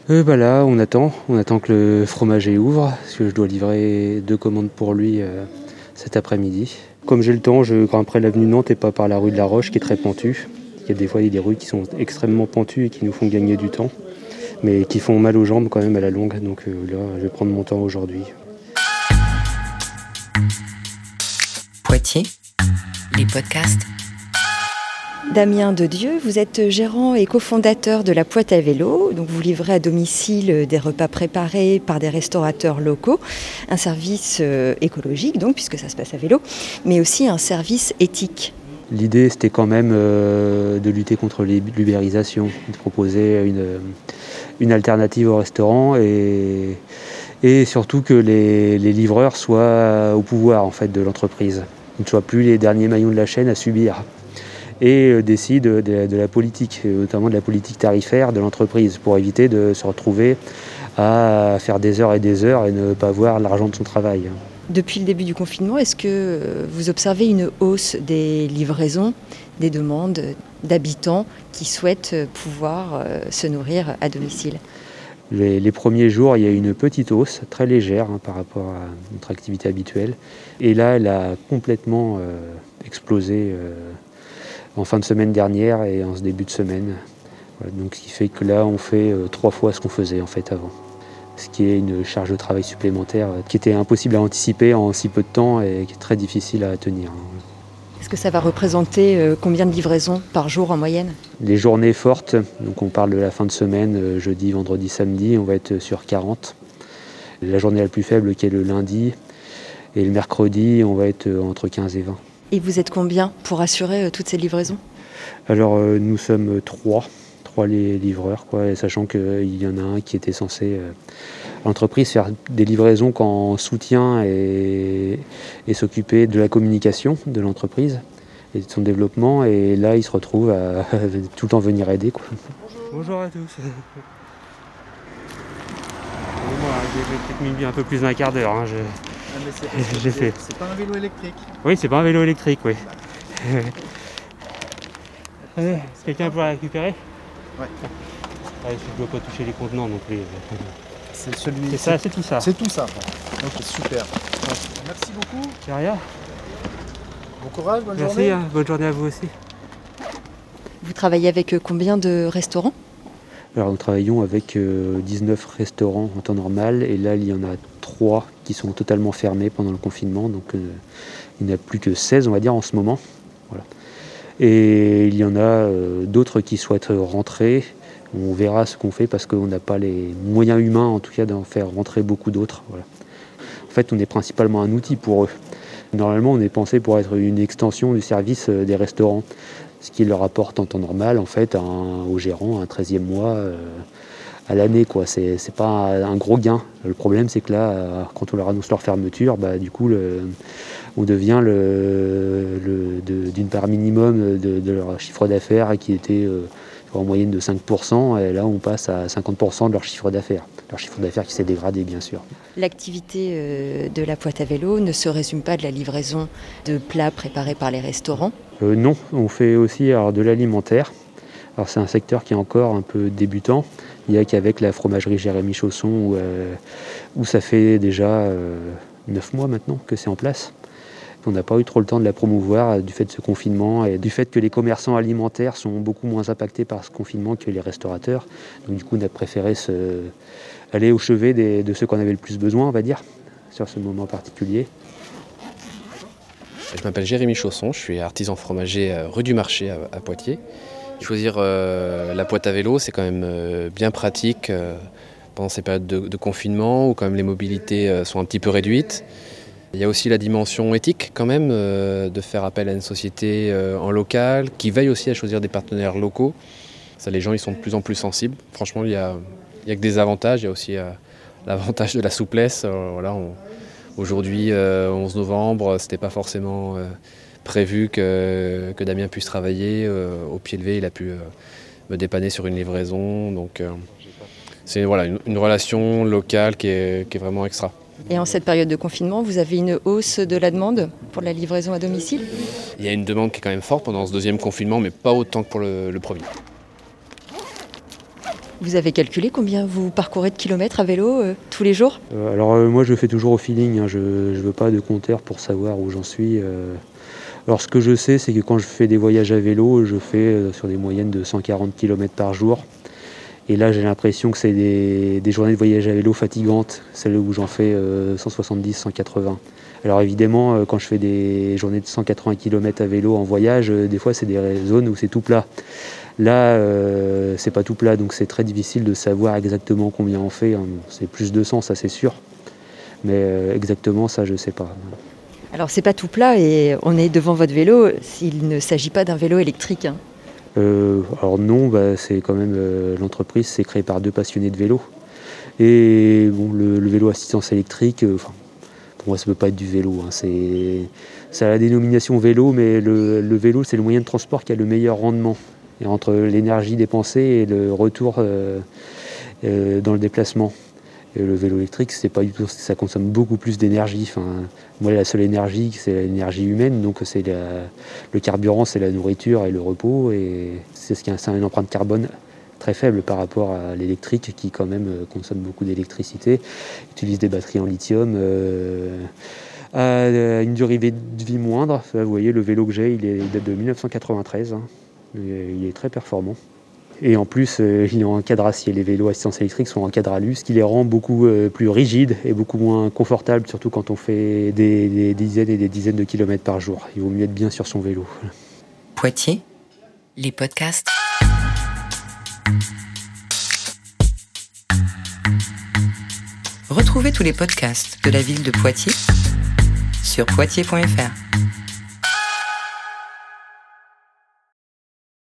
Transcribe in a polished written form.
Là, on attend que le fromager ouvre, parce que je dois livrer 2 commandes pour lui cet après-midi. Comme j'ai le temps, je grimperai l'avenue Nantes et pas par la rue de la Roche qui est très pentue. Il y a des fois des rues qui sont extrêmement pentues et qui nous font gagner du temps, mais qui font mal aux jambes quand même à la longue. Donc là, je vais prendre mon temps aujourd'hui. Poitiers, les podcasts. Damien Dedieu, vous êtes gérant et cofondateur de la Poite à vélo. Donc vous livrez à domicile des repas préparés par des restaurateurs locaux, un service écologique donc puisque ça se passe à vélo, mais aussi un service éthique. L'idée, c'était quand même de lutter contre l'ubérisation, de proposer une alternative au restaurant et surtout que les livreurs soient au pouvoir en fait, de l'entreprise, ne soient plus les derniers maillons de la chaîne à subir et décident de la politique, notamment de la politique tarifaire de l'entreprise pour éviter de se retrouver à faire des heures et ne pas voir l'argent de son travail. Depuis le début du confinement, est-ce que vous observez une hausse des livraisons, des demandes d'habitants qui souhaitent pouvoir se nourrir à domicile ? Les premiers jours, il y a eu une petite hausse, très légère par rapport à notre activité habituelle. Et là, elle a complètement explosé en fin de semaine dernière et en ce début de semaine. Voilà, donc, ce qui fait que là, on fait 3 fois ce qu'on faisait en fait avant. Ce qui est une charge de travail supplémentaire qui était impossible à anticiper en si peu de temps et qui est très difficile à tenir. Est-ce que ça va représenter combien de livraisons par jour en moyenne ? Les journées fortes, donc on parle de la fin de semaine, jeudi, vendredi, samedi, on va être sur 40. La journée la plus faible qui est le lundi et le mercredi, on va être entre 15 et 20. Et vous êtes combien pour assurer toutes ces livraisons ? Alors nous sommes 3 les livreurs, sachant qu'il y en a un qui était censé l'entreprise faire des livraisons qu'en soutien et s'occuper de la communication de l'entreprise et de son développement, et là il se retrouve à tout le temps venir aider. Bonjour à tous. J'ai peut-être mis un peu plus d'un quart d'heure. J'ai fait. C'est pas un vélo électrique. Oui, c'est pas un vélo électrique, oui. Est-ce que quelqu'un peut la récupérer ? Ouais. Je ne dois pas toucher les contenants non plus. C'est celui. C'est ça, c'est tout ça. C'est tout ça. Ok, super. Merci beaucoup. C'est rien. Bon courage, bonne Merci, journée. Bonne journée à vous aussi. Vous travaillez avec combien de restaurants ? Alors nous travaillons avec 19 restaurants en temps normal, et là il y en a 3 qui sont totalement fermés pendant le confinement, donc il n'y en a plus que 16 on va dire en ce moment. Voilà. Et il y en a d'autres qui souhaitent rentrer. On verra ce qu'on fait parce qu'on n'a pas les moyens humains en tout cas d'en faire rentrer beaucoup d'autres. Voilà. En fait, on est principalement un outil pour eux. Normalement, on est pensé pour être une extension du service des restaurants, ce qui leur apporte en temps normal en fait aux gérants un 13e mois à l'année. C'est pas un gros gain. Le problème, c'est que là, quand on leur annonce leur fermeture, du coup, on devient d'une part minimum de leur chiffre d'affaires qui était en moyenne de 5%, et là on passe à 50% de leur chiffre d'affaires. Leur chiffre d'affaires qui s'est dégradé bien sûr. L'activité de la Poite à vélo ne se résume pas de la livraison de plats préparés par les restaurants ? Non, on fait aussi de l'alimentaire. Alors c'est un secteur qui est encore un peu débutant. Il n'y a qu'avec la fromagerie Jérémy Chausson où ça fait déjà 9 mois maintenant que c'est en place. On n'a pas eu trop le temps de la promouvoir du fait de ce confinement et du fait que les commerçants alimentaires sont beaucoup moins impactés par ce confinement que les restaurateurs. Donc du coup, on a préféré aller au chevet de ceux qu'on avait le plus besoin, on va dire, sur ce moment particulier. Je m'appelle Jérémy Chausson, je suis artisan fromager rue du Marché à Poitiers. Choisir la Poite à vélo, c'est quand même bien pratique pendant ces périodes de confinement où quand même les mobilités sont un petit peu réduites. Il y a aussi la dimension éthique quand même, de faire appel à une société en local, qui veille aussi à choisir des partenaires locaux. Ça, les gens ils sont de plus en plus sensibles. Franchement, il y a que des avantages. Il y a aussi l'avantage de la souplesse. Aujourd'hui, 11 novembre, c'était pas forcément prévu que Damien puisse travailler. Au pied levé, il a pu me dépanner sur une livraison. Donc, c'est une relation locale qui est vraiment extra. Et en cette période de confinement, vous avez une hausse de la demande pour la livraison à domicile ? Il y a une demande qui est quand même forte pendant ce deuxième confinement, mais pas autant que pour le premier. Vous avez calculé combien vous parcourez de kilomètres à vélo tous les jours ? Alors moi je fais toujours au feeling, hein. Je ne veux pas de compteur pour savoir où j'en suis. Alors ce que je sais, c'est que quand je fais des voyages à vélo, je fais sur des moyennes de 140 km par jour. Et là j'ai l'impression que c'est des journées de voyage à vélo fatigantes, celles où j'en fais 170, 180. Alors évidemment, quand je fais des journées de 180 km à vélo en voyage, des fois c'est des zones où c'est tout plat. Là, c'est pas tout plat, donc c'est très difficile de savoir exactement combien on fait. C'est plus de 100, ça c'est sûr. Mais exactement, ça je sais pas. Alors c'est pas tout plat et on est devant votre vélo, il ne s'agit pas d'un vélo électrique. Hein. Alors non, c'est quand même l'entreprise, c'est créé par 2 passionnés de vélo. Et bon, le vélo assistance électrique, pour moi ça peut pas être du vélo. Hein. Ça a la dénomination vélo, mais le vélo c'est le moyen de transport qui a le meilleur rendement. Et entre l'énergie dépensée et le retour dans le déplacement. Et le vélo électrique, c'est pas du tout, ça consomme beaucoup plus d'énergie. Moi, la seule énergie, c'est l'énergie humaine, donc c'est le carburant, c'est la nourriture et le repos, et c'est une empreinte carbone très faible par rapport à l'électrique qui quand même consomme beaucoup d'électricité, utilise des batteries en lithium, a une durée de vie moindre. Vous voyez, le vélo que j'ai, il date de 1993. Hein. Il est très performant. Et en plus, il est en cadre acier. Les vélos assistance électrique sont en cadre alu, ce qui les rend beaucoup plus rigides et beaucoup moins confortables, surtout quand on fait des dizaines et des dizaines de kilomètres par jour. Il vaut mieux être bien sur son vélo. Poitiers, les podcasts. Retrouvez tous les podcasts de la ville de Poitiers sur poitiers.fr.